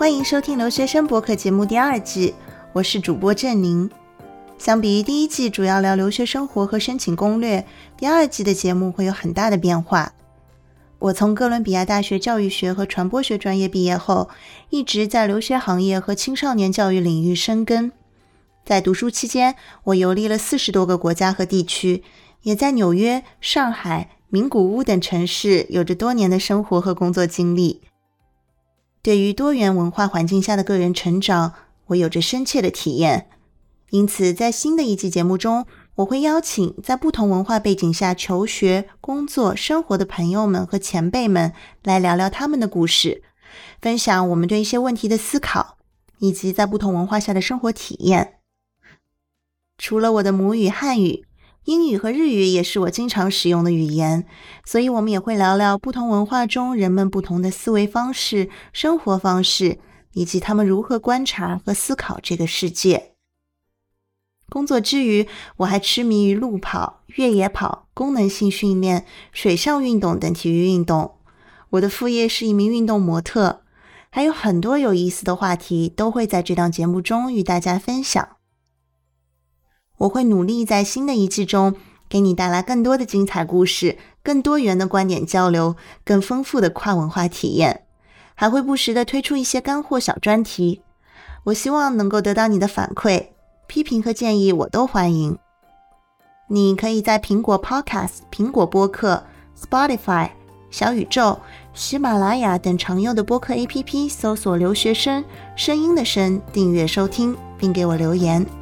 欢迎收听留学生博客节目第2季，我是主播郑宁。相比于第1季主要聊留学生活和申请攻略，第2季的节目会有很大的变化。我从哥伦比亚大学教育学和传播学专业毕业后，一直在留学行业和青少年教育领域深耕。在读书期间，我游历了40多个国家和地区，也在纽约、上海、名古屋等城市有着多年的生活和工作经历。对于多元文化环境下的个人成长，我有着深切的体验。因此，在新的1季节目中，我会邀请在不同文化背景下求学、工作、生活的朋友们和前辈们来聊聊他们的故事，分享我们对一些问题的思考，以及在不同文化下的生活体验。除了我的母语汉语，英语和日语也是我经常使用的语言，所以我们也会聊聊不同文化中人们不同的思维方式、生活方式，以及他们如何观察和思考这个世界。工作之余，我还痴迷于路跑、越野跑、功能性训练、水上运动等体育运动。我的副业是一名运动模特，还有很多有意思的话题都会在这档节目中与大家分享。我会努力在新的1季中给你带来更多的精彩故事，更多元的观点交流，更丰富的跨文化体验，还会不时地推出一些干货小专题。我希望能够得到你的反馈，批评和建议我都欢迎。你可以在苹果 Podcast、苹果播客、Spotify、小宇宙、喜马拉雅等常用的播客 APP 搜索留学生，声音的声，订阅收听，并给我留言。